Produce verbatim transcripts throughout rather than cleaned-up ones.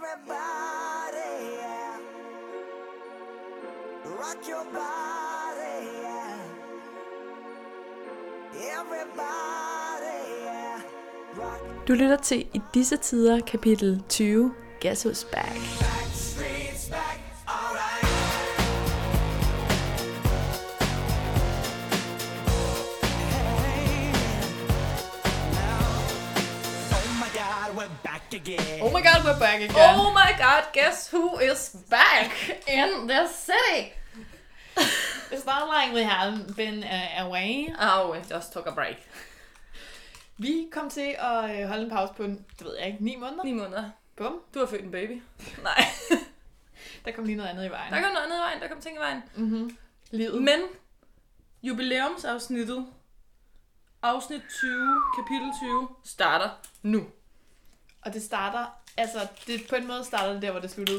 Everybody, yeah. Rock your body, yeah. Everybody, yeah. Rock. Du lytter til I disse tider kapitel tyve, Guess Who's Back. Backstreet's back, alright. Hey, now. Oh my God, we're back again. Oh my god, we're back again. Oh my god, guess who is back in the city? It's not like we haven't been uh, away. Oh, we just took a break. Vi kom til at øh, holde en pause på, det ved jeg ikke, ni måneder. Ni måneder. Bum. Du har født en baby. Nej. Der kom lige noget andet i vejen. Der kom noget andet i vejen, der kom ting i vejen. Mm-hmm. Livet. Men jubilæumsafsnittet, afsnit tyve, kapitel tyve, starter nu. Og det starter, altså det på en måde starter det der, hvor det sluttede.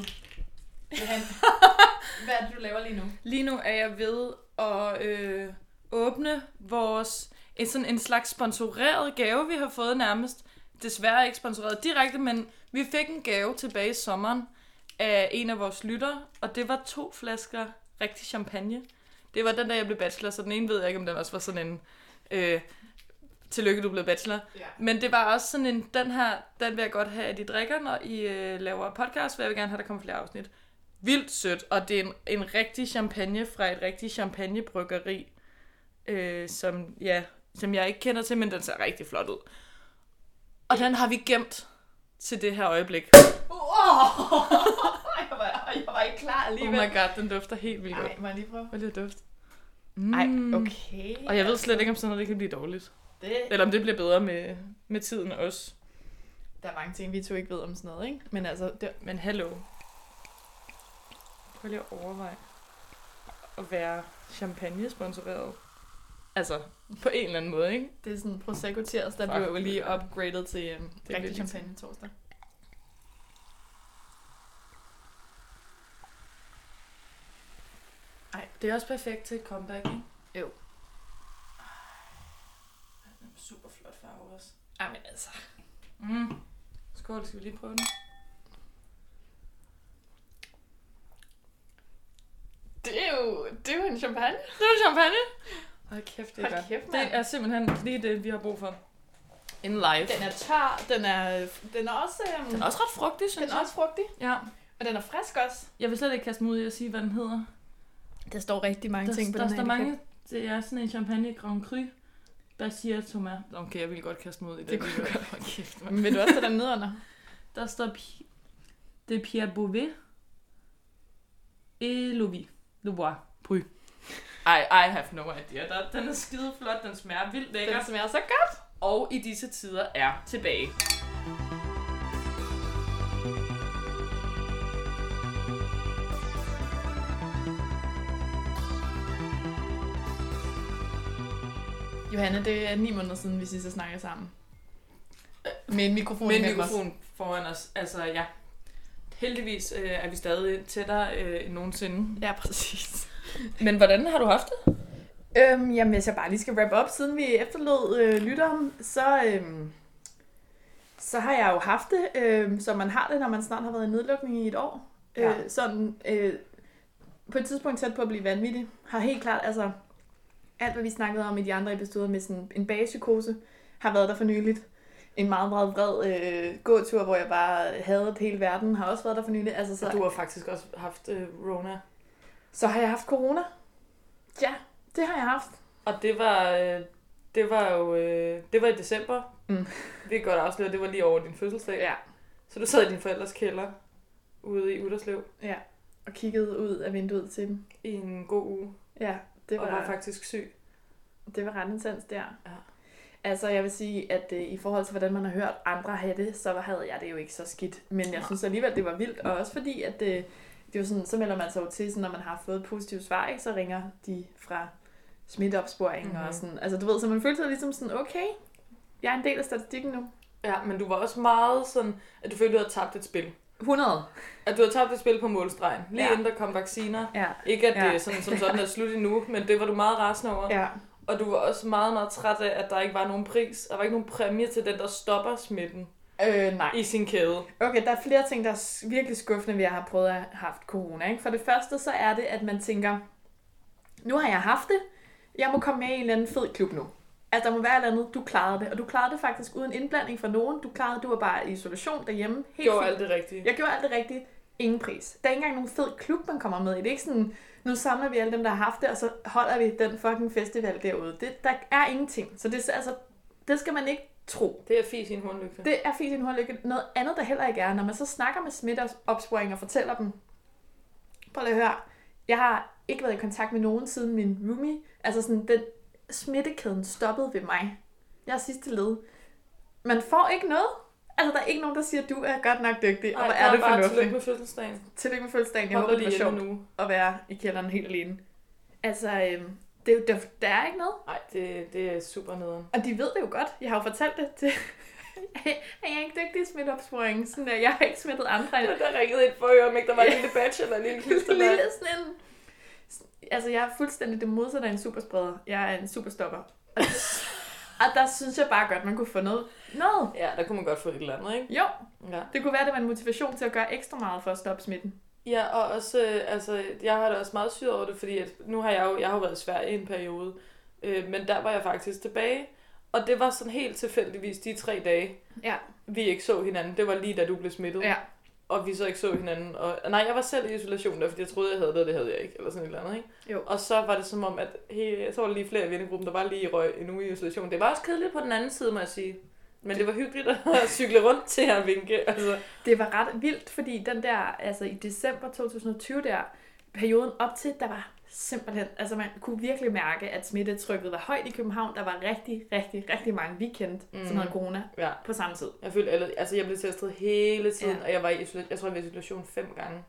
Hvad er det, du laver lige nu? Lige nu er jeg ved at øh, åbne vores en, sådan en slags sponsoreret gave, vi har fået nærmest. Desværre ikke sponsoreret direkte, men vi fik en gave tilbage i sommeren af en af vores lyttere, og det var to flasker rigtig champagne. Det var den, der jeg blev bachelor, så den ene ved jeg ikke, om den også var sådan en øh, tillykke, du blev bachelor. Ja. Men det var også sådan en, den her, den vil jeg godt have, at I drikker, når I øh, laver podcast, for jeg vil gerne have, at der kommer flere afsnit. Vildt sødt, og det er en, en rigtig champagne fra et rigtig champagnebryggeri, øh, som, ja, som jeg ikke kender til, men den ser rigtig flot ud. Og den har vi gemt til det her øjeblik. Oh! jeg, var, jeg var ikke klar Oh alligevel. my god, den dufter helt vildt godt. Ej, må jeg lige prøve? Hvor er det duft. Ej, Mm. okay. Og jeg ved slet ikke, om sådan noget det kan blive dårligt. Det, Eller om det bliver bedre med, med tiden også. der er mange ting, vi to ikke ved om sådan noget, ikke? Men altså, det, Men hallo. Prøv lige at overveje at være champagne-sponsoreret. Altså, på en eller anden måde, ikke? det er sådan Prosecco tirs, der Fuck. blev jo lige upgraded til um, bliver rigtig lige champagne torsdag. Ej, det er også perfekt til et comeback, ikke? Jo. Den er super flot farve også. Ej, men altså. Mm. Skål, skal vi lige prøve den? Det er jo, det er jo en champagne. Det er champagne. Hold kæft, det er Hold godt. kæft, mand. Det er simpelthen lige det, vi har brug for. En live. Den er tør, den er, den er også, um, Den er også ret frugtig, synes den er jeg. også frugtig. Ja. Og den er frisk også. Jeg vil slet ikke kaste mig ud i at sige, hvad den hedder. Der står rigtig mange Der, ting på der den her står etiket. mange. Det er sådan en champagne Grand Cru. Basia Thomas. Okay, jeg vil godt kaste mig ud i det. Det kunne du godt. Kæft, man. Men vil du også tage den nedenunder? Der står Pi- det er Pierre Bouvet. Et Louis. Louis. Bry. I, I have no idea. Der, den er skide flot. Den smager vildt lækker. Den smager så godt. Og i disse tider er tilbage. Johanne, det er ni måneder siden, vi sidst snakkede sammen. Med en mikrofon Med en imellem os. mikrofon foran os. Altså, ja. Heldigvis øh, er vi stadig tættere øh, end nogensinde. Ja, præcis. Men hvordan har du haft det? Øhm, jamen, hvis jeg bare lige skal wrap op, siden vi efterlod øh, lytteren, så, øhm, så har jeg jo haft det, øh, som man har det, når man snart har været i nedlukning i et år. Ja. Øh, sådan øh, på et tidspunkt tæt på at blive vanvittig. Har helt klart, altså alt hvad vi snakkede om i de andre episoder med sådan en bagepsykose, har været der for nyligt. En meget, meget vred øh, gåtur, hvor jeg bare havde hele verden, har også været der for nyligt. Altså, så, Du har faktisk også haft øh, Rona. så har jeg haft corona. Ja, det har jeg haft. Og det var, øh, det var jo øh, det var i december. Mm. Vi kan godt afsløre, det var lige over din fødselsdag. Ja. Så du sad i din forældres kælder ude i Utterslev Ja, og kiggede ud af vinduet til dem. i en god uge. Ja, det Og var, var faktisk syg. det var ret intens der. Ja. Altså, jeg vil sige, at øh, i forhold til, hvordan man har hørt andre have det, så havde jeg det jo ikke så skidt. Men jeg Nej. synes alligevel, det var vildt. Og også fordi, at øh, det er jo sådan, så melder man sig jo til, sådan, når man har fået positivt svar, ikke, så ringer de fra smitteopsporing Mhm. mm-hmm. og sådan. Altså, du ved, så man følte sig ligesom sådan, okay, jeg er en del af statistikken nu. Ja, men du var også meget sådan, at du følte, du havde tabt et spil. hundrede. At du havde tabt et spil på målstregen. Lige Ja. inden der kom vacciner. Ja. Ikke at det Ja. er sådan, som sådan er slut endnu, men det var du meget rasende over. Ja. Og du var også meget, meget træt af, at der ikke var nogen pris. Der var ikke nogen præmie til den, der stopper smitten. Øh, nej. i sin kæde. Okay, der er flere ting, der er virkelig skuffende ved at have prøvet at have haft corona. Ikke? For det første, så er det, at man tænker, nu har jeg haft det, jeg må komme med i en eller anden fed klub nu. Altså, der må være et eller andet, du klarede det. Og du klarede det faktisk uden indblanding fra nogen. Du klarede, du var bare i isolation derhjemme. Helt Gjorde fint. alt det rigtige. Jeg gjorde alt det rigtige. Ingen pris. Der er ikke engang nogen fed klub, man kommer med i. Det er ikke sådan, nu samler vi alle dem, der har haft det, og så holder vi den fucking festival derude. Det, der er ingenting. Så det, altså, det skal man ikke tro. Det er fis i en hornlygte. Det er fint i en hornlykke. Noget andet, der heller ikke er, når man så snakker med smitteopsporing og fortæller dem, prøv lige at høre, jeg har ikke været i kontakt med nogen siden min roomie. Altså sådan, den smittekæden stoppede ved mig. Jeg er sidste led. Man får ikke noget. Altså, der er ikke nogen, der siger, at du er godt nok dygtig. Ej, og hvor er det bare fornuftigt. tillykke med fødselsdagen. Tillykke med fødselsdagen. Jeg Hold håber, det dig var hjemme sjovt nu. at være i kælderen helt alene. Altså, øhm, det er jo, der, der er ikke noget. Nej, det, det er super nederen. Og de ved det jo godt. Jeg har jo fortalt det til... Jeg er ikke dygtig i smitteopsporing. Sådan der, jeg har ikke smittet andre. Der ringede et for øre, om ikke der var en lille badge eller en lille klister. Lille sådan en... Altså, jeg er fuldstændig det modsatte af en superspreder. Jeg er en superstopper. Og, og der synes jeg bare godt, man kunne få noget. noget. Ja, der kunne man godt få et eller andet, ikke? Jo, Ja. det kunne være, det var en motivation til at gøre ekstra meget for at stoppe smitten. Ja, og også, øh, altså, jeg har da også meget syret over det, fordi at nu har jeg jo, jeg har jo været i Sverige i en periode, øh, men der var jeg faktisk tilbage, og det var sådan helt tilfældigvis de tre dage, Ja. vi ikke så hinanden. Det var lige da du blev smittet, Ja. og vi så ikke så hinanden. Og, nej, jeg var selv i isolation der, fordi jeg troede, jeg havde det, og det havde jeg ikke, eller sådan et eller andet, ikke? Jo. Og så var det som om, at hey, så var der lige flere i vennegruppen, der var lige i røg en uge i isolation. Det var også kedeligt på den anden side, må jeg sige. Men det var hyggeligt at cykle rundt til at vinke. Altså. Det var ret vildt, fordi den der, altså i december to tusind og tyve der, perioden op til, der var simpelthen, altså man kunne virkelig mærke, at smittetrykket var højt i København. Der var rigtig, rigtig, rigtig mange, vi kendte, mm. som havde corona Ja. på samme tid. Jeg følte, alle, altså jeg blev testet hele tiden, Ja. og jeg var i isolation, jeg tror, jeg var i isolation fem gange.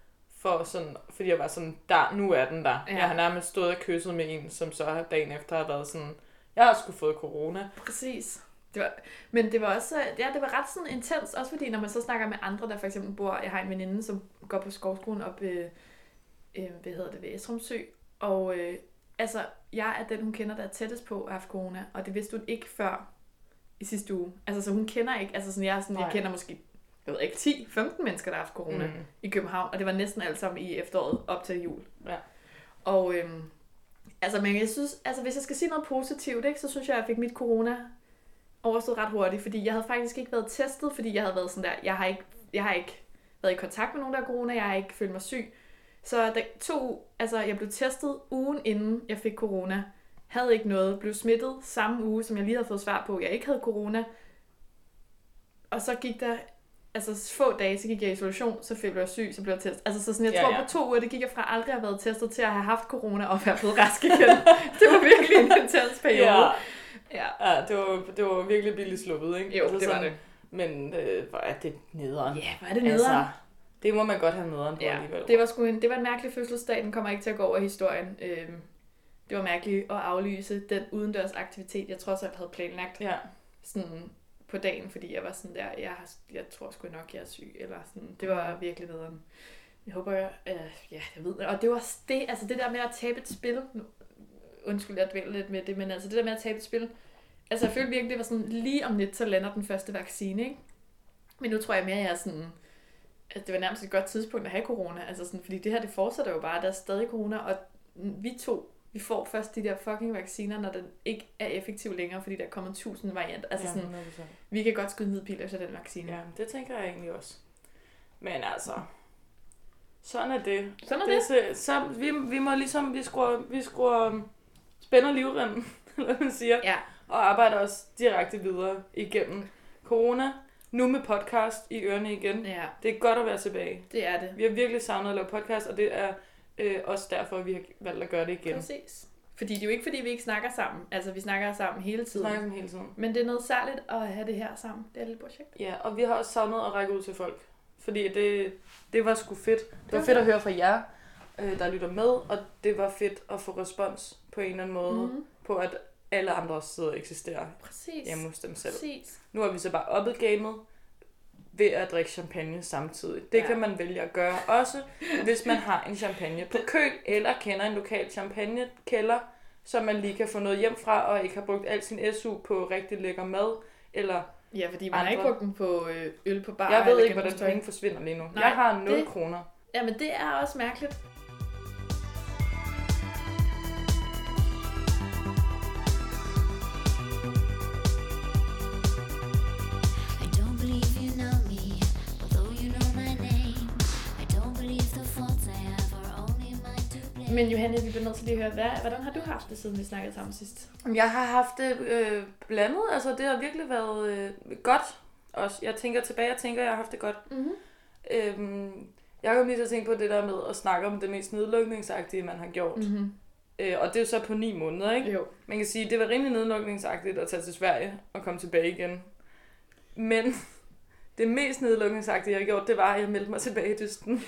For sådan, fordi jeg var sådan, der, nu er den der. Ja. Jeg har nærmest stået og kysset med en, som så dagen efter har været sådan, jeg har sgu fået corona. Præcis. Det var, men det var også, ja, det var ret sådan intens, også fordi når man så snakker med andre, der for eksempel bor, jeg har en veninde, som går på Skovskolen op ved, øh, hvad hedder det, ved Esrumsø, og øh, altså, jeg er den, hun kender, der er tættest på at have haft corona, og det vidste hun ikke før i sidste uge. Altså, så hun kender ikke, altså sådan, jeg, er sådan, jeg kender måske, jeg ved ikke, ti femten mennesker, der har haft corona mm. i København, og det var næsten alle sammen i efteråret op til jul. Ja. Og øhm, altså, men jeg synes, altså hvis jeg skal sige noget positivt, ikke, så synes jeg, at jeg fik mit corona overstået ret hurtigt, fordi jeg havde faktisk ikke været testet, fordi jeg havde været sådan der, jeg har ikke, jeg har ikke været i kontakt med nogen, der har corona, jeg har ikke følt mig syg. Så der to, altså jeg blev testet ugen inden jeg fik corona, havde ikke noget, blev smittet samme uge, som jeg lige havde fået svar på, jeg ikke havde corona. Og så gik der, altså få dage, så gik jeg i isolation, så blev jeg syg, så blev jeg testet. Altså så sådan, jeg Ja, tror ja. på to uger, det gik jeg fra aldrig at have været testet til at have haft corona og være blevet rask igen. Det var virkelig en intens periode. Ja. Ja. Ja, det var, det var virkelig billigt sluppet, ikke? Jo, det var det. Men øh, hvor er det nederen. Ja, hvor er det nederen. Altså, det må man godt have nederen på Ja, alligevel. det var sgu en, det var en mærkelig fødselsdag, den kommer ikke til at gå over i historien. Øhm, det var mærkeligt at aflyse den udendørs aktivitet, jeg trods alt havde planlagt Ja. sådan på dagen, fordi jeg var sådan der, jeg, jeg tror sgu nok, jeg er syg, eller sådan, det var virkelig nederen. Jeg håber, jeg, øh, ja, jeg ved det. Og det var det, altså det der med at tabe et spil, nu, undskyld, jeg dvæler lidt med det, men altså det der med at tabe et spil, altså jeg følte virkelig, det var sådan, lige om lidt, så lander den første vaccine, ikke? Men nu tror jeg mere, jeg er sådan, at det var nærmest et godt tidspunkt at have corona, altså sådan, fordi det her, det fortsætter jo bare, der er stadig corona, og vi to, vi får først de der fucking vacciner, når den ikke er effektiv længere, fordi der er kommet tusind varianter, altså Ja, sådan, hundrede procent. vi kan godt skyde midpil efter den vaccine. Ja, det tænker jeg egentlig også. Men altså, sådan er det. Sådan er det. Så, så vi, vi må ligesom, vi skruer, vi skruer spænder livremmen, eller hvad man siger, Ja. og arbejder os direkte videre igennem corona. Nu med podcast i ørerne igen. Ja, Det er godt at være tilbage. det er det. Vi har virkelig savnet at lave podcast, og det er øh, også derfor, at vi har valgt at gøre det igen. Præcis. Fordi det er jo ikke, fordi vi ikke snakker sammen. Altså, vi snakker sammen hele Vi tiden. snakker som hele tiden. Men det er noget særligt at have det her sammen. Det er et lille projekt. Ja, og vi har også savnet at række ud til folk. Fordi det, det var sgu fedt. Det var var fedt at høre fra jer, øh, der lytter med, og det var fedt at få respons på en eller anden måde, Mm-hmm. på at alle andre også sidder og eksisterer Præcis. hjemme hos dem selv. Præcis. Nu har vi så bare oppet gamet ved at drikke champagne samtidig. Det Ja. ja. kan man vælge at gøre også, hvis man har en champagne på køl, eller kender en lokal champagnekælder, så man lige kan få noget hjem fra, og ikke har brugt al sin S U på rigtig lækker mad, eller Ja, fordi man har Andre. ikke brugt den på øh, øl på bar. Jeg ved eller ikke, hvordan genbrugstøj. penge forsvinder lige nu. Nej, Jeg har nul det- kroner. Jamen, det er også mærkeligt. I don't believe you know me, although you know my name. I don't believe the faults I have are only mine to blame. Men Johanne, vi bliver nødt til lige at høre, hvad, hvordan har du haft det, siden vi snakkede sammen sidst? Jeg har haft det øh, blandet. Altså, det har virkelig været øh, godt. Også. Jeg tænker tilbage og tænker, at jeg har haft det godt. Mm-hmm. Øhm, jeg kom lige til at tænke på det der med at snakke om det mest nedlukningsagtige, man har gjort. Mm-hmm. Øh, og det er jo så på ni måneder, ikke? Jo. Man kan sige, at det var rimelig nedlukningsagtigt at tage til Sverige og komme tilbage igen. Men det mest nedlukningsagtige, jeg har gjort, det var, at jeg meldte mig tilbage i dysten.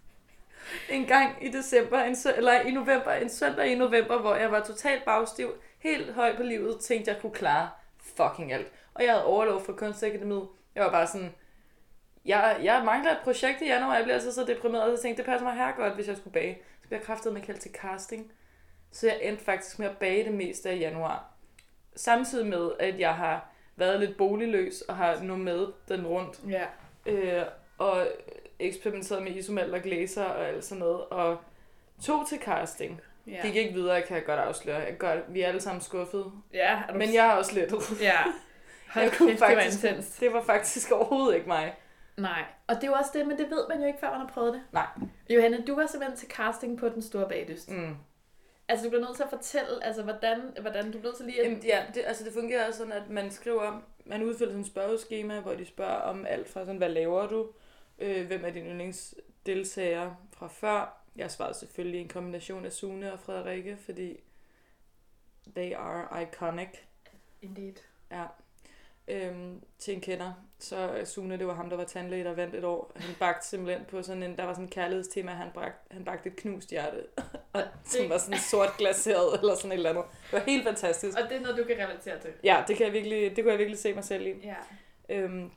En gang i december, en sø- eller i november, en søndag i november, hvor jeg var totalt bagstiv, helt høj på livet, tænkte, jeg kunne klare fucking alt. Og jeg havde overlov fra Kunstakademiet. Jeg var bare sådan, jeg, jeg mangler et projekt i januar, jeg bliver altså så deprimeret, og så tænkte, det passer mig her godt, hvis jeg skulle bage. Så bliver jeg kraftedeme kaldt til casting. Så jeg endte faktisk med at bage det meste af januar. Samtidig med, at jeg har været lidt boligløs og har nomadet den rundt. Ja. Øh, og eksperimenteret med isomalt og glæser og alt sådan noget. Og tog til casting. Ja. Gik ikke videre, kan jeg godt afsløre. Jeg kan godt, vi er alle sammen skuffede. Ja, er du... Men jeg har også lettet. Ja. Hold Jeg kæft, kunne det var faktisk- intenst. Det var faktisk overhovedet ikke mig. Nej. Og det er jo også det, men det ved man jo ikke, før man har prøvet det. Nej. Johanne, du var simpelthen til casting på Den Store Bagdyst. Mm. Altså, du bliver nødt til at fortælle, altså, hvordan, hvordan du bliver nødt til lige at... Jamen, ja, det, altså det fungerer også sådan, at man skriver, man udfylder sådan et spørgeskema, hvor de spørger om alt fra sådan, hvad laver du? Øh, hvem er dine yndlingsdeltagere fra før? Jeg svarede selvfølgelig en kombination af Sune og Frederikke, fordi they are iconic. Indeed. Ja. Øhm, til en kender, så Sune, det var ham, der var tandlæge, der vandt et år. Han bagte simpelthen på sådan en, der var sådan en kærlighedstema, han, bragt, han bagte et knust hjerte, og som var sådan sort glaseret, eller sådan et eller andet. Det var helt fantastisk. Og det er noget, du kan relatere til. Ja, det kan jeg virkelig, det kunne jeg virkelig se mig selv i. Ja. Øhm,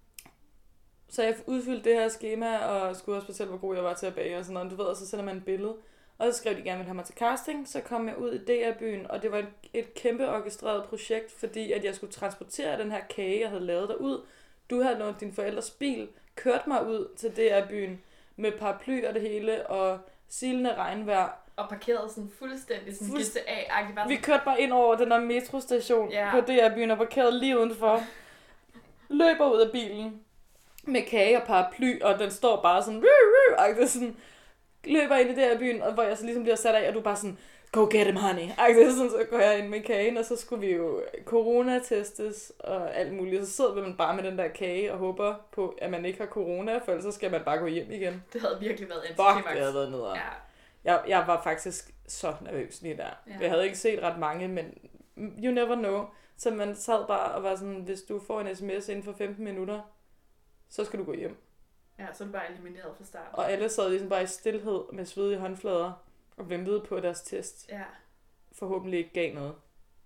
så jeg udfyldte det her skema, og skulle også fortælle, hvor god jeg var til at bage og sådan noget. Du ved, og så sender man et billede. Og så skrev de gerne, ville have mig til casting. Så kom jeg ud i D R-byen, og det var et, et kæmpe orkestreret projekt, fordi at jeg skulle transportere den her kage, jeg havde lavet derud. Du havde lånt din forældres bil, kørt mig ud til D R-byen med paraply og det hele, og silende regnvejr. Og parkeret sådan fuldstændig sådan Fuldst- G T A-agtigt. Bare Vi sådan, kørte bare ind over den der metrostation Ja. på D R-byen og parkerede lige udenfor. Løber ud af bilen med kage og paraply, og den står bare sådan, røv, røv, sådan løber ind i D R-byen, og hvor jeg så ligesom bliver sat af, og du er bare sådan, go get him, honey. Sådan, så går jeg ind med kagen, og så skulle vi jo coronatestes og alt muligt. Så sidder man bare med den der kage og håber på, at man ikke har corona, for ellers så skal man bare gå hjem igen. det havde virkelig været Fuck, antiklimaks. det havde været nederen. Ja. Jeg, jeg var faktisk så nervøs lige der. Ja. Ja. Jeg havde ikke set ret mange, men you never know. Så man sad bare og var sådan, hvis du får en sms inden for femten minutter, så skal du gå hjem. Ja, så er det bare elimineret fra start. Og alle sad ligesom bare i stilhed med svedige håndflader og ventede på, at deres test Ja. forhåbentlig ikke gav noget.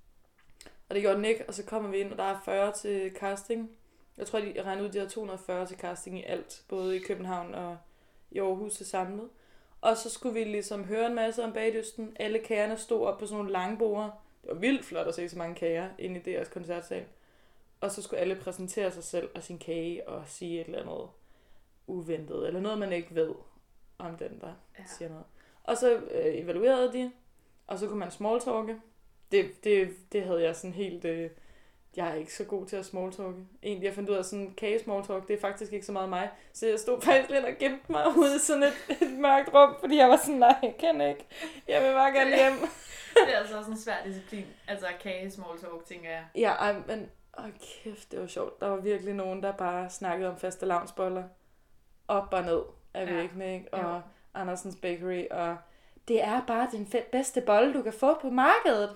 Og det gjorde den ikke, og så kommer vi ind, og der er fyrre til casting. Jeg tror, de regnede ud, de havde to hundrede og fyrre til casting i alt, både i København og i Aarhus til samlet. Og så skulle vi ligesom høre en masse om bagdysten. Alle kagerne stod op på sådan nogle lange borde. Det var vildt flot at se så mange kager inde i deres koncertsal. Og så skulle alle præsentere sig selv og sin kage og sige et eller andet uventet, eller noget, man ikke ved om den, der Ja. siger noget. Og så øh, evaluerede de, og så kunne man smalltalke. Det, det, det havde jeg sådan helt... Øh, jeg er ikke så god til at smalltalke. Egentlig, jeg fandt ud af sådan kage smalltalk, det er faktisk ikke så meget mig. Så jeg stod faktisk lidt og gemte mig ude i sådan et, et mørkt rum, fordi jeg var sådan, nej, jeg kan ikke. Jeg vil bare gerne hjem. Det er altså også en svær disciplin. Altså kage small talk, tænker jeg. Ja, ej, men åh kæft, det var sjovt. Der var virkelig nogen, der bare snakkede om fastelavnsboller. Op og ned af Ja. væggene, ikke? Og Jo. Andersens Bakery, og det er bare den fed, bedste bolle, du kan få på markedet.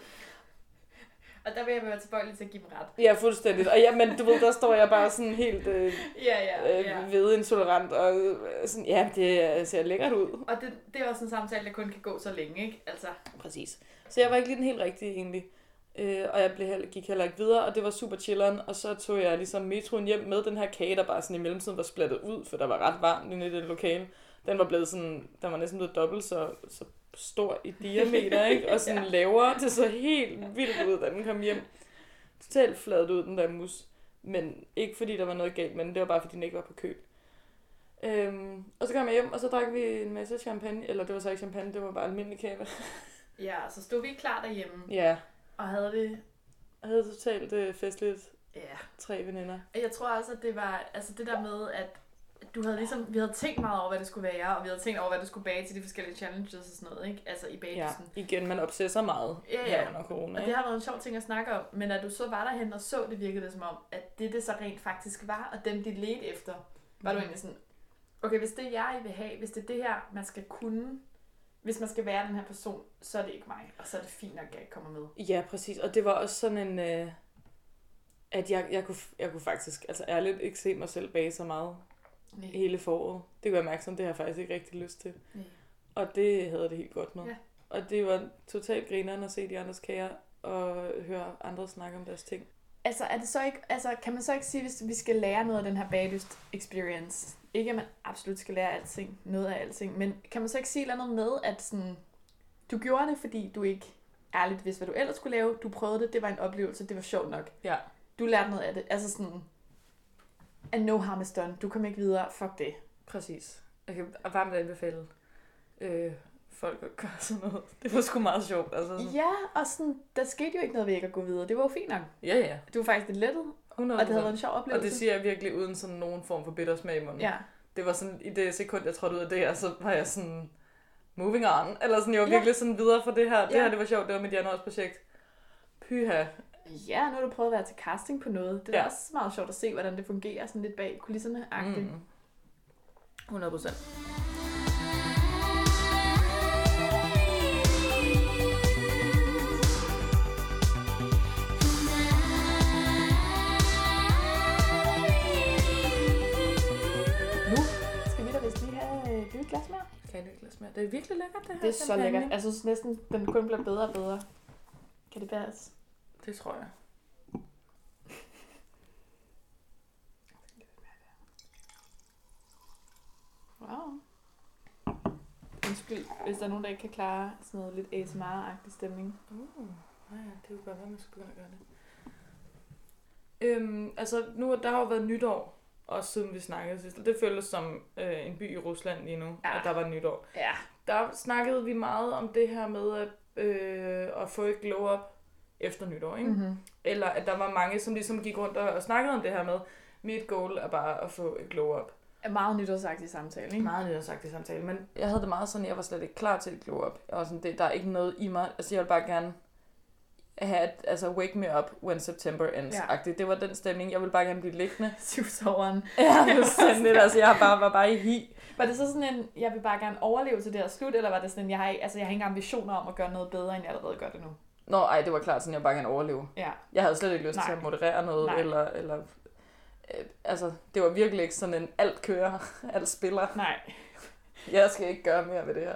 Og der vil jeg være tilbøjelig til at give dem ret. Ja, fuldstændigt. Og ja, men du ved, der står jeg bare sådan helt øh, Ja, ja, øh, ja. vedintolerant, og øh, sådan, ja, det ser lækkert ud. Og det, det er også en samtale, der kun kan gå så længe, ikke? Altså, Præcis. Så jeg var ikke lige den helt rigtige, egentlig. Øh, og jeg blev heller, gik heller ikke videre, og det var super chilleren. Og så tog jeg ligesom metroen hjem med den her kage, der bare sådan i mellemtiden var splattet ud, for der var ret varmt inde i det lokale. Den var blevet sådan, den var næsten blevet dobbelt så, så stor i diameter, ikke? Og sådan Ja. ja. lavere. Det så helt vildt ud, da den kom hjem. Totalt fladet ud, den der mus. Men ikke fordi der var noget galt, men det var bare fordi den ikke var på køl. Øhm, og så kom jeg hjem, og så drak vi en masse champagne. Eller det var så ikke champagne, det var bare almindelig kaffe. Ja, så stod vi klar derhjemme Ja, og havde det... jeg havde totalt øh, festligt. Ja. Tre veninder. Jeg tror også, at det var altså det der med, at du havde ligesom, vi havde tænkt meget over, hvad det skulle være, og vi havde tænkt over, hvad det skulle bage til de forskellige challenges og sådan noget, ikke? Altså i Ja, bagelsen. igen, man obsesser meget Ja, her ja. under corona. Og Ikke? det har været en sjov ting at snakke om, men at du så var derhen og så, det virkede det som om, at det det så rent faktisk var, og dem de ledte efter, var du egentlig sådan, okay, hvis det er jeg, I vil have, hvis det er det her, man skal kunne, hvis man skal være den her person, så er det ikke mig, og så er det fint nok, at jeg ikke kommer med. Ja, præcis. Og det var også sådan en... Øh, at jeg, jeg, kunne, jeg kunne faktisk altså ærligt ikke se mig selv bage så meget Nej. hele foråret. Det kunne jeg mærke, som det har jeg faktisk ikke rigtig lyst til. Nej. Og det havde jeg det helt godt med. Ja. Og det var totalt grineren at se de andres kager og høre andre snakke om deres ting. Altså, er det så ikke, altså, kan man så ikke sige, hvis vi skal lære noget af den her baglyst experience, ikke at man absolut skal lære alting, noget af alting, men kan man så ikke sige noget med, at sådan, du gjorde det, fordi du ikke ærligt vidste, hvad du ellers skulle lave, du prøvede det, det var en oplevelse, det var sjovt nok. Ja. Du lærte noget af det, altså sådan, and no harm is done, du kom ikke videre, fuck det. Præcis. Jeg kan varmt anbefale øh, folk at gøre sådan noget. Det var sgu meget sjovt. Altså. Ja, og sådan, der skete jo ikke noget ved ikke at gå videre, det var jo fint nok. Ja, ja. Du var faktisk lidt lettet, hundrede og det havde været en sjov oplevelse. Og det siger jeg virkelig uden sådan nogen form for bittersmag i munden. Ja. Det var sådan, i det sekund, jeg trådte ud af det her, så var jeg sådan, moving on. Eller sådan, jeg var Ja. virkelig sådan videre for det her. Det Ja. her, det var sjovt, det var mit januarsprojekt. Pyha. Ja, nu har du prøvet at være til casting på noget. Det er Ja. ja. også meget sjovt at se, hvordan det fungerer sådan lidt bag kulisserne-agtigt. Mm. hundrede procent. Nu skal vi da vist lige have øh, et lille glas mere. Kan jeg lige et glas mere? Det er virkelig lækkert, det her. Det er så champagne. lækkert. Jeg synes næsten, den kun bliver bedre og bedre. Kan det passe? Det tror jeg. Wow. Undskyld, hvis der er nogen, der ikke kan klare sådan noget lidt A S M R-agtig stemning. Uh, ja, det kunne godt være, man skulle begynde at gøre det. Øhm, altså, nu der har jo været nytår, også siden vi snakkede sidst. Det føles som øh, en by i Rusland lige nu, Ja. at der var nytår. Ja. Der snakkede vi meget om det her med at, øh, at få et glow up efter nytår, ikke? Mm-hmm. Eller at der var mange, som ligesom gik rundt og, og snakkede om det her med, mit goal er bare at få et glow up. Meget nytårsagtig samtale, ikke? Meget nyt at sagt i samtale, men jeg havde det meget sådan, jeg var slet ikke klar til et glow up. Jeg var sådan, det, der er ikke noget i mig, altså jeg vil bare gerne have, et, altså wake me up when September ends. Ja. Ja. Det var den stemning, jeg ville bare gerne blive liggende. Syvsoveren. Ja, det var sådan lidt, altså jeg bare, var bare i hi. Var det så sådan en, jeg vil bare gerne overleve til det her slut, eller var det sådan en, jeg har, ikke- altså, jeg har ingen ambitioner om at gøre noget bedre, end jeg allerede gør det nu? Nå, ej, det var klart sådan, jeg bare gerne overleve. Ja. Jeg havde slet ikke lyst Nej. til at moderere noget, Nej. eller, eller øh, altså, det var virkelig ikke sådan en alt kører, alt spiller. Nej. Jeg skal ikke gøre mere ved det her.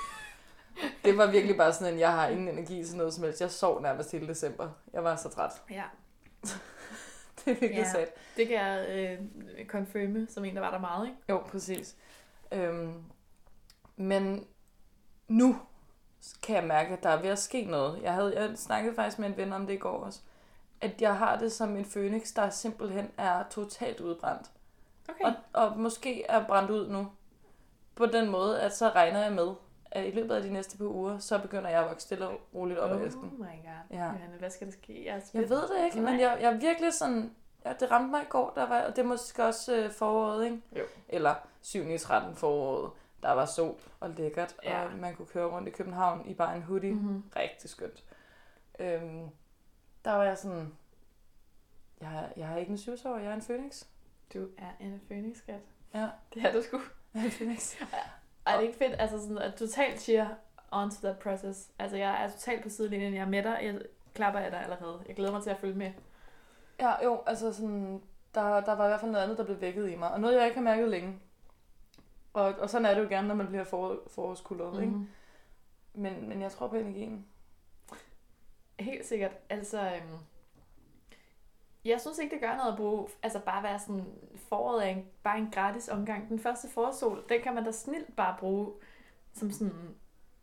Det var virkelig bare sådan en, jeg har ingen energi til noget som helst. Jeg sov nærmest hele december. Jeg var så træt. Ja. Det er virkelig Ja. sad. Det kan jeg øh, confirme, som en, der var der meget, ikke? Jo, præcis. Øhm, men nu kan jeg mærke, at der er ved at ske noget. Jeg havde jeg snakkede faktisk med en ven om det i går også. At jeg har det som en fønix, der simpelthen er totalt udbrændt. Okay. Og, og måske er brændt ud nu. På den måde, at så regner jeg med, at i løbet af de næste par uger, så begynder jeg at vokse stille og roligt op oh ad æsken. my god. Ja. Johanne, hvad skal der ske? Jeg, er spændt. Jeg ved det ikke, Nej. men jeg, jeg er virkelig sådan... Ja, det ramte mig i går, der var, og det er måske også øh, foråret, ikke? Jo. Eller syv ni tretten foråret. Der var sol og lækkert, Ja. og man kunne køre rundt i København i bare en hoodie. Mm-hmm. Rigtig skønt. Øhm, der var jeg sådan... Jeg, jeg er ikke en syvsår, jeg er en fønix. Du er en phoenix-skat. Ja, Det er du sgu. jeg er en phoenix. Og er det ikke fedt, altså sådan, at totalt cheer on to that process. Altså, jeg er totalt på sidelinjen. Jeg er med dig. Jeg klapper af dig allerede. Jeg glæder mig til at følge med. Ja, jo, altså sådan... Der, der var i hvert fald noget andet, der blev vækket i mig. Og noget, jeg ikke har mærket længe. Og, og sådan er det jo gerne, når man bliver for, forårskuldret, mm-hmm. ikke? Men, men jeg tror på energien. Helt sikkert. Altså, øhm, jeg synes ikke, det gør noget at bruge, altså bare være sådan, foråret er en, bare en gratis omgang. Den første forårssol, den kan man da snilt bare bruge som sådan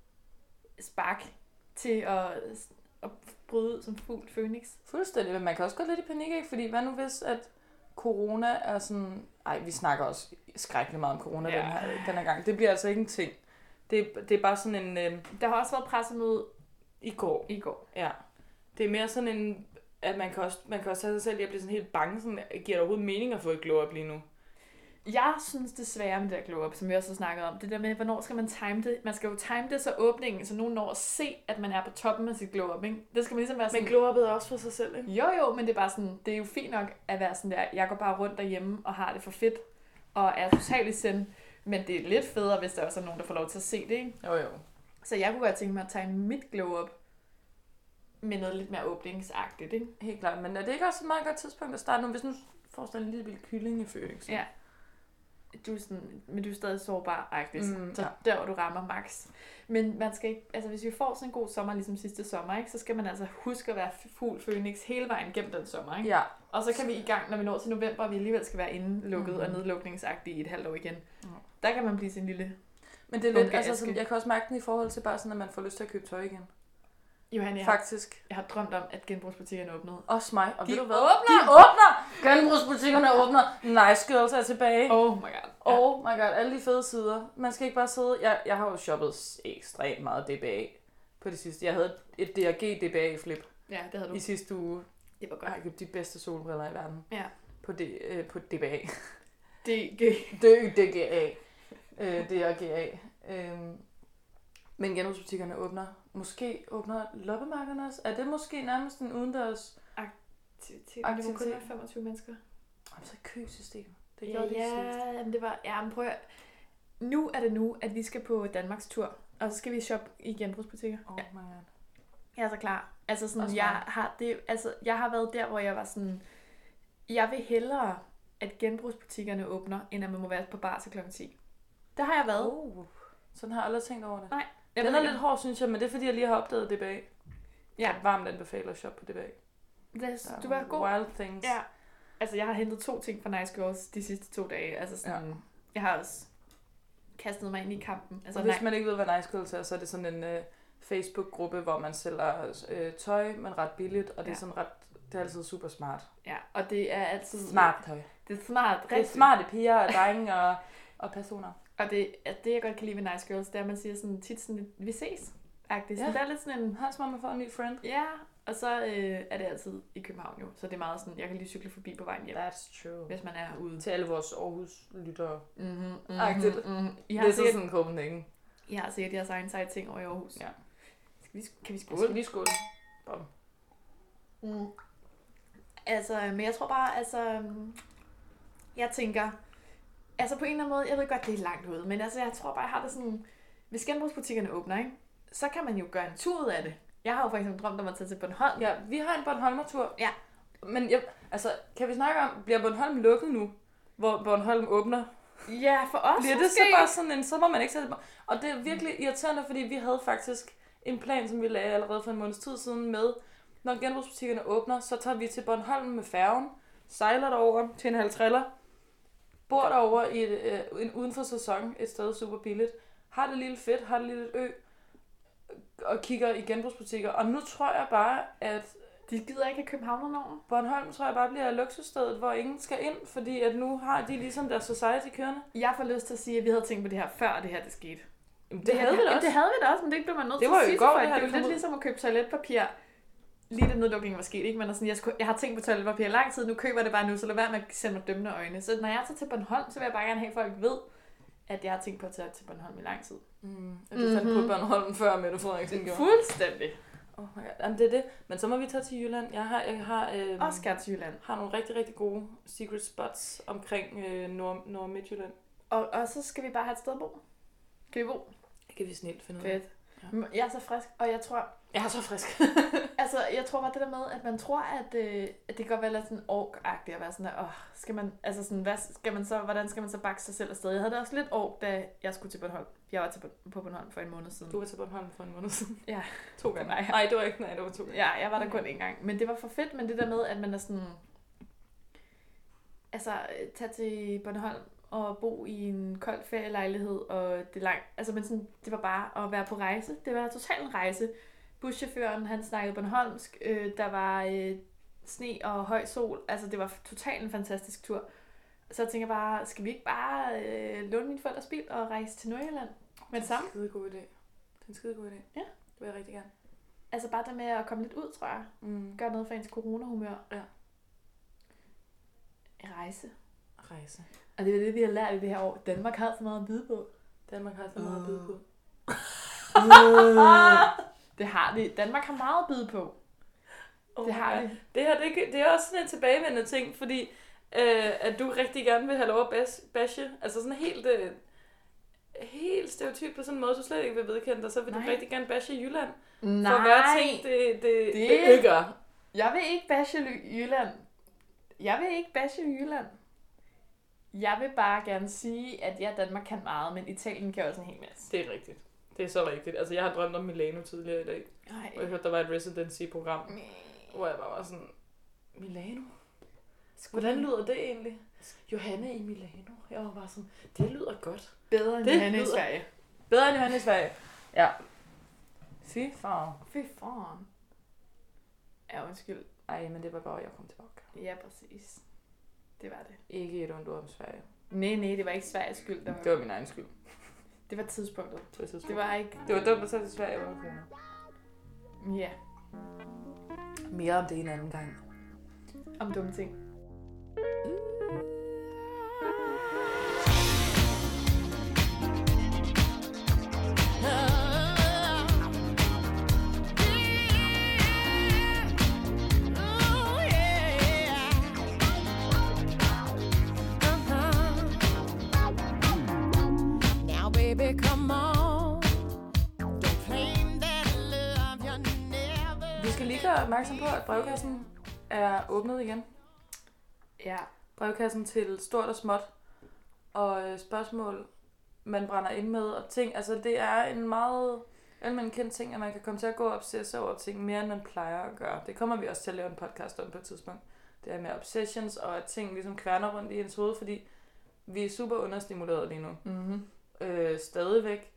spark til at, at bryde ud som fugl Phoenix. Fuldstændig, men man kan også gå lidt i panik, ikke? Fordi hvad nu hvis, at corona er sådan... Ej, vi snakker også skrækkeligt meget om corona Ja. den, her, den her gang. Det bliver altså ikke en ting. Det, det er bare sådan en... Øh, Der har også været pressemøde I går. i går. Ja. Det er mere sådan en... At man kan også, man kan også tage sig selv i at blive sådan helt bange. Sådan, giver det overhovedet mening at få et glow up lige nu? Jeg synes det svære med det der glow up, som vi også har snakket om, det der med, hvornår skal man time det? Man skal jo time det, så åbningen, så nogen når at se, at man er på toppen af sit glow up, ikke? Det skal man ligesom være sådan... Men glow up'et er også for sig selv, ikke? Jo jo, men det er bare sådan, det er jo fint nok at være sådan der, jeg går bare rundt derhjemme og har det for fedt, og er totalt i send, men det er lidt federe, hvis der også er nogen, der får lov til at se det, ikke? Jo, jo. Så jeg kunne godt tænke mig at time mit glow up med noget lidt mere åbningsagtigt, ikke? Helt klart. Men er det ikke også et meget godt tidspunkt at starte nu? Hvis nu får sådan en lille bitte kylling i Phoenix. Ja. Du er sådan, men du er stadig sårbar-agtigt, Mm, så ja. der hvor du rammer max. Men man skal ikke, altså hvis vi får sådan en god sommer, ligesom sidste sommer, ikke, så skal man altså huske at være fuld Phoenix hele vejen gennem den sommer, ikke? Ja. Og så kan vi i gang, når vi når til november, og vi alligevel skal være indelukket Mhm. mm. og nedlukningsagtige i et halvt år igen. Ja. Der kan man blive sin lille... Men det er lidt, Bunke altså aske. sådan, jeg kan også mærke den i forhold til bare sådan, at man får lyst til at købe tøj igen. Johan, jeg har, Faktisk. jeg har drømt om, at genbrugsbutikkerne åbnede. Også mig. Og De ved du hvad? åbner! De åbner! Genbrugsbutikkerne åbner. Nice Girls er tilbage. Oh my god. Oh my god, alle de fede sider. Man skal ikke bare sidde... Jeg, jeg har jo shoppet ekstremt meget D B A på det sidste. Jeg havde et D R G D B A-flip Ja, det havde du. i sidste uge. Det var godt. Jeg har købt de bedste solbriller i verden. Ja. På, D, øh, på D B A. Det D, D G A. Øh, D R G A. Øhm, men genbrugsbutikkerne åbner. Måske åbner loppemarkederne også. Er det måske nærmest en udendørs aktivitet. Det var kun Aktivitet. være femogtyve mennesker. Jamen, så køsystem. Det Ja, gjorde det sidst. ja, men det var... Ja, men prøv at... Nu er det nu, at vi skal på Danmarks tur. Og så skal vi shoppe i genbrugsbutikker. Oh Ja, my god. jeg er så klar. Altså sådan, Også jeg mig. har, det, altså, jeg har været der, hvor jeg var sådan... Jeg vil hellere, at genbrugsbutikkerne åbner, end at man må være på bar til klokken ti. Der har jeg været. Oh. Sådan har jeg aldrig tænkt over det. Nej. Jeg Den ved er ikke, lidt hård, synes jeg, men det er fordi, jeg lige har opdaget D B A. Ja. Jeg varmt anbefaler at shoppe på D B A. det, Der du var er god. Wild things. Ja. Altså, jeg har hentet to ting fra Nice Girls de sidste to dage. Altså sådan... Ja. Jeg har også kastet mig ind i kampen. Altså, Og hvis man ikke ved, hvad Nice Girls er, så er det sådan en uh, Facebook-gruppe, hvor man sælger uh, tøj, men ret billigt, og det er Ja. sådan ret, det er altid super smart. Ja, og det er altid... Smart tøj. Det er smart, Det er rigtigt. smarte piger og drenge og, og personer. Og det, at det, jeg godt kan lide ved Nice Girls, det er, at man siger sådan tit sådan, lidt, vi ses. Agtigt. Ja. Ja. Det er lidt sådan en... Har som om man får en ny friend. Ja, og så øh, er det altid i København jo. Så det er meget sådan, jeg kan lige cykle forbi på vejen hjem, That's true. hvis man er ude. Til alle vores Aarhus-lyttere. Mm-hmm, mm-hmm, Agtigt. mm-hmm. I Det har er så sikkert, sådan Copenhagen. I har sikkert jeres egen seje ting over i Aarhus. Ja. Skal vi, kan vi Skål. skåle? Skal vi skåle? Bom. Mm. Altså, men jeg tror bare, altså... øhm, Jeg tænker... Altså på en eller anden måde, jeg ved godt, det er langt ude, men altså jeg tror bare, jeg har det sådan... Hvis genbrugsbutikkerne åbner, ikke? Så kan man jo gøre en tur ud af det. Jeg har jo for eksempel drømt om at tage til Bornholm. Ja, vi har en Bornholmer-tur. Ja. Men jeg, altså, kan vi snakke om, bliver Bornholm lukket nu? Hvor Bornholm åbner? Ja, for os Bliver det måske. så bare sådan en, så må man ikke sætte det. Og det er virkelig irriterende, fordi vi havde faktisk en plan, som vi lagde allerede for en måneds tid siden med, når genbrugsbutikkerne åbner, så tager vi til Bornholm med færgen, sejler derover til en halv triller, bor derover i et, øh, en uden for sæson, et sted super billigt, har det lille fedt, har det lille ø, og kigger i genbrugsbutikker. Og nu tror jeg bare, at De gider ikke have københavnernormen. Bornholm tror jeg bare bliver luksusstedet, hvor ingen skal ind, fordi at nu har de ligesom deres society kørende. Jeg får lyst til at sige, at vi havde tænkt på det her, før det her det skete. Jamen, det, det havde vi da Jamen, også. det havde vi da også, men det blev man nødt Det til var at jo i sige går, til folk. det her, Det er det jo kom lidt ud. ligesom at købe toiletpapir. Lige da nedlukningen var sket, ikke? Man er sådan, jeg, skulle, jeg har tænkt på toiletpapir i lang tid, nu køber jeg det bare nu, så lad være med at sende mig dømmende øjne. Så når jeg tager til Bornholm, så vil jeg bare gerne have, at folk ved, at jeg har tænkt på at tage til Bornholm i lang tid. Mm, og du fandt på Bornholm før Mette Frederiksen gjorde. Fuldstændig. Oh my God. Jamen, det er det. Men så må vi tage til Jylland. Jeg har, jeg har, øhm, Også gerne til Jylland. har nogle rigtig, rigtig gode secret spots omkring øh, Nord, Nord- og Midtjylland. Og, og så skal vi bare have et sted at bo. Kan vi bo? Det kan vi snilt finde ud af. Fedt. Jeg er så frisk, og jeg tror, Jeg er så frisk. altså, jeg tror bare det der med, at man tror, at, øh, at det kan godt være lidt sådan ork-agtigt at være sådan der, åh, skal man, altså sådan, hvad skal man så, hvordan skal man så bakke sig selv afsted? Jeg havde det også lidt ork, da jeg skulle til Bornholm. Jeg var til, på Bornholm for en måned siden. Du var til Bornholm for en måned siden. Ja. To gange. Nej. Nej, det var ikke, nej, det var to gange. Ja, jeg var der kun en gang. Men det var for fedt, men det der med, at man er sådan, altså, tage til Bornholm og bo i en kold ferielejlighed, og det er langt, altså, men sådan, det var bare at være på rejse. Det var totalt en rejse. Buschaufføren, han snakkede bornholmsk. Øh, der var øh, sne og høj sol. Altså, det var totalt en fantastisk tur. Så jeg tænker bare, skal vi ikke bare øh, låne min forældres bil og rejse til Nordjylland med det samme? Det er en skide god idé. Det er en skide god idé. Ja. Det vil jeg rigtig gerne. Altså bare det med at komme lidt ud, tror jeg. Mm. Gør noget for ens coronahumør. Ja. Rejse. Rejse. Og det er det, vi har lært i det her år. Danmark har så meget at byde på. Danmark har så meget at byde på. Det har de. Danmark har meget at byde på. Oh Det har ja. de. Det her, det, det er også sådan en tilbagevendende ting, fordi øh, at du rigtig gerne vil have lov at bas- bashe. Altså sådan helt, øh, helt stereotyp på sådan en måde, du slet ikke vil vedkende dig. Så vil Nej. du rigtig gerne bashe Jylland. Nej. For hver ting, det, det, det, Det- det øger. Jeg vil ikke bashe Ly- Jylland. Jeg vil ikke bashe Jylland. Jeg vil bare gerne sige, at ja, Danmark kan meget, men Italien kan også en hel masse. Det er rigtigt. Det er så rigtigt. Altså, jeg har drømt om Milano tidligere i dag. Nej. Og jeg hørte, der var et residency-program, hvor jeg bare var sådan, Milano? Hvordan lyder det egentlig? Johanne i Milano. Jeg var bare sådan, det lyder godt. Bedre end Det Johanne i lyder- Sverige. Bedre end Johanne i Sverige. Ja. Fy far. Fy foran. Ja, undskyld. Ej, men det var bare, jeg kom tilbage. Ja, præcis. Det var det. Ikke et ondt ord om Sverige. Nej, nej, det var ikke Sveriges skyld. Det var, Det var min egen skyld. det var tidspunktet. Det var, tidspunkt. Det var ikke... det var dumt at tage til Sverige under corona. Ja, Mere om det en anden gang. om dumme ting. Now, baby, come on. Don't claim that love you never. Vi skal lige gøre opmærksom på, at brevkassen er åbnet igen. Ja. Brevkassen til stort og småt. Og øh, spørgsmål, man brænder ind med. Og ting, altså det er en meget almen kendt ting, at man kan komme til at gå og obsesse over ting mere, end man plejer at gøre. Det kommer vi også til at lave en podcast om på et tidspunkt. Det er med obsessions, og at ting ligesom kværner rundt i ens hoved, fordi vi er super understimuleret lige nu. Mm-hmm. Øh, stadigvæk.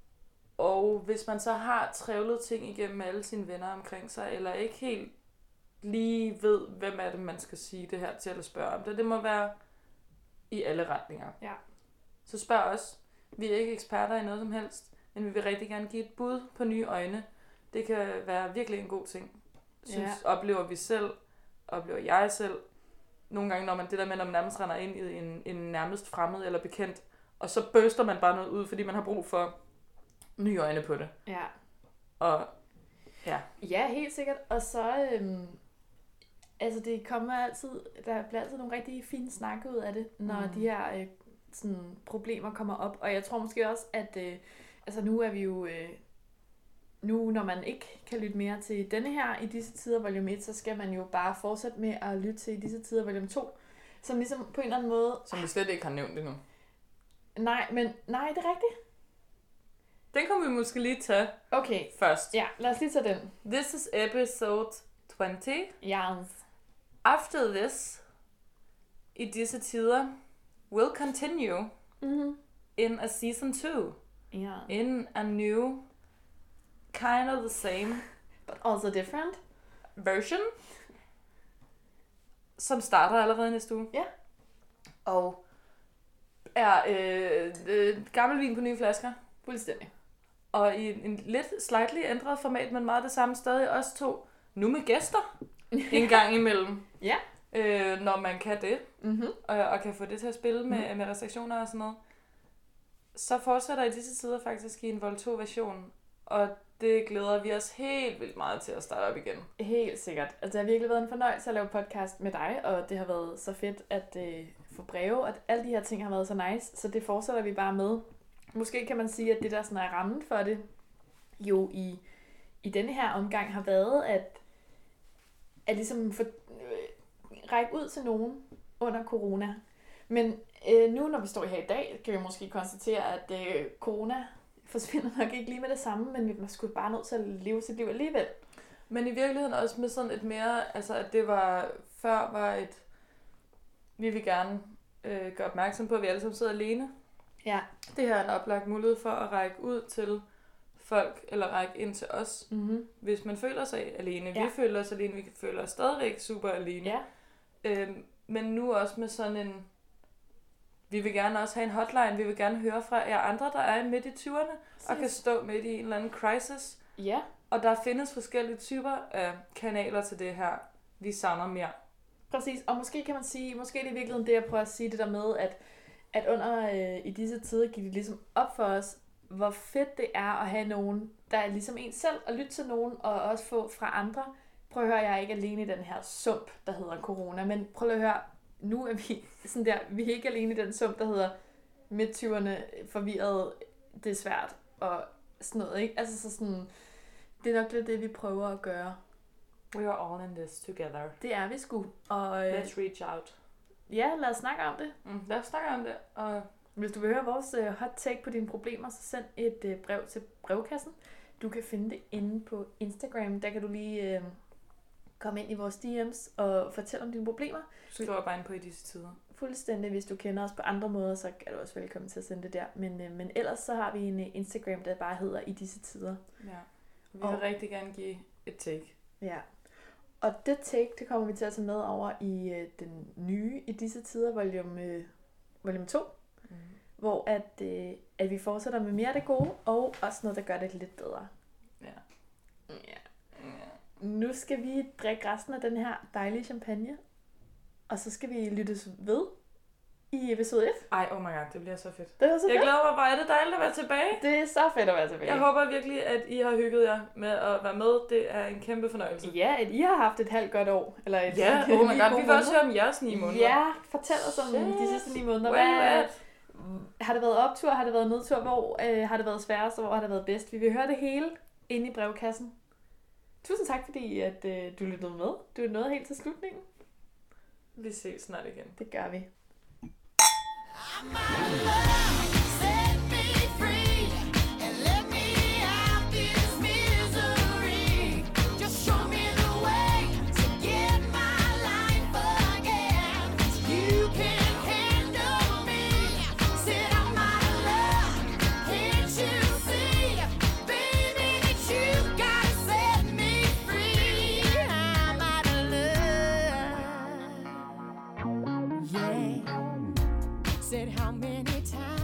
Og hvis man så har trævlet ting igennem alle sine venner omkring sig, eller ikke helt lige ved, hvem er det, man skal sige det her til, eller spørge om det, det må være i alle retninger. Ja. Så spørg os. Vi er ikke eksperter i noget som helst, men vi vil rigtig gerne give et bud på nye øjne. Det kan være virkelig en god ting. Synes, Ja. oplever vi selv, oplever jeg selv. Nogle gange, når man det der med, når man nærmest render ind i en, en nærmest fremmed eller bekendt, og så bøster man bare noget ud, fordi man har brug for nye øjne på det. Ja. Og ja, Ja, helt sikkert. Og så, øhm, altså det kommer altid, der bliver altid nogle rigtig fine snakke ud af det, når Mm. mm. de her øh, sådan, problemer kommer op. Og jeg tror måske også, at øh, altså nu er vi jo, øh, nu når man ikke kan lytte mere til denne her i disse tider, volume et, så skal man jo bare fortsætte med at lytte til i disse tider, volume to, som ligesom på en eller anden måde, som vi slet ikke har nævnt endnu. nej, men nej, det er rigtigt. Den kan vi måske lige tage Okay, først. ja, lad os lige tage den. This is episode tyve. Jans. After this, i disse tider, will continue Mhm. in a season two. Ja. In a new, kind of the same But also different. version, som starter allerede næste uge. Ja. Og er øh, øh, gammel vin på nye flasker. Fuldstændig. Og i en, en lidt slightly ændret format, men meget det samme stadig også to. Nu med gæster en gang imellem. Ja. Øh, når man kan det, Mhm. og, og kan få det til at spille med, med restriktioner og sådan noget. Så fortsætter i disse tider faktisk i en Vol to version. Og det glæder vi os helt vildt meget til at starte op igen. Helt sikkert. Altså, det har virkelig været en fornøjelse at lave podcast med dig, og det har været så fedt at øh, få breve, og alle de her ting har været så nice, så det fortsætter vi bare med. Måske kan man sige, at det der sådan er rammen for det, jo i, i denne her omgang har været, at, at ligesom for, øh, række ud til nogen under corona. Men øh, nu, når vi står her i dag, kan vi måske konstatere, at øh, corona forsvinder nok ikke lige med det samme, men vi er sgu bare nødt til at leve sit liv alligevel. Men i virkeligheden også med sådan et mere, altså at det var, før var et, vi vil gerne øh, gøre opmærksom på, at vi alle sammen sidder alene. Ja. Det her er en oplagt mulighed for at række ud til folk, eller række ind til os, Mm-hmm. hvis man føler sig alene. Ja. Vi føler os alene, vi føler os stadigvæk super alene. Ja. Øhm, men nu også med sådan en... Vi vil gerne også have en hotline, vi vil gerne høre fra jer andre, der er midt i tyverne, og kan stå midt i en eller anden crisis. Ja. Og der findes forskellige typer af kanaler til det her. Vi savner mere. Præcis, og måske kan man sige, måske er det i virkeligheden det, jeg prøver at sige det der med, at, at under øh, i disse tider gik det ligesom op for os, hvor fedt det er at have nogen, der er ligesom en selv, og lytte til nogen, og også få fra andre. Prøv at høre, jeg er ikke alene i den her sump, der hedder corona, men prøv at høre, nu er vi sådan der, vi er ikke alene i den sump, der hedder midt-tyverne, forvirret, det er svært, og sådan noget, ikke? Altså så sådan, det er nok lidt det, vi prøver at gøre. We are all in this together. Det er vi sgu, og øh, Let's reach out. ja, lad os snakke om det. Mm, lad os snakke om det. Og Hvis du vil høre vores øh, hot take på dine problemer, så send et øh, brev til brevkassen. Du kan finde det inde på Instagram. Der kan du lige øh, komme ind i vores D M's og fortælle om dine problemer. du skriver bare ind på i disse tider. Fuldstændig. Hvis du kender os på andre måder, så er du også velkommen til at sende det der. Men, øh, men ellers så har vi en øh, Instagram, der bare hedder i disse tider. Ja. Vi vil Og- rigtig gerne give et take. Ja. Og det take, det kommer vi til at tage med over i øh, den nye i disse tider, volume, øh, volume to. Mm. Hvor at, øh, at vi fortsætter med mere af det gode, og også noget, der gør det lidt bedre. Ja. Ja. Ja. Nu skal vi drikke resten af den her dejlige champagne, og så skal vi lyttes ved i episode et. Ej, oh my god, det bliver så fedt. Det er så Jeg fedt. glæder mig bare, er det dejligt at være tilbage. Det er så fedt at være tilbage. Jeg håber virkelig, at I har hygget jer med at være med. Det er en kæmpe fornøjelse. Ja, at I har haft et halvt godt år. Eller et, Ja, et oh my ni god, gode vi vil også måneder. høre om jeres ni måneder. Ja, fortæl os om Shit. de sidste ni måneder. Where you Hvad, at? har det været optur? Har det været nedtur? Hvor øh, har det været sværest? Og hvor har det været bedst? Vi vil høre det hele inde i brevkassen. Tusind tak, fordi at, øh, du lyttede med. Du er nået helt til slutningen. Vi ses snart igen. Det gør vi. Set me free and let me out this misery. Just show me the way to get my life again. You can handle me. Sit on my love. Can't you see, baby, that you gotta set me free? I'm out of love. Yeah. Said how many times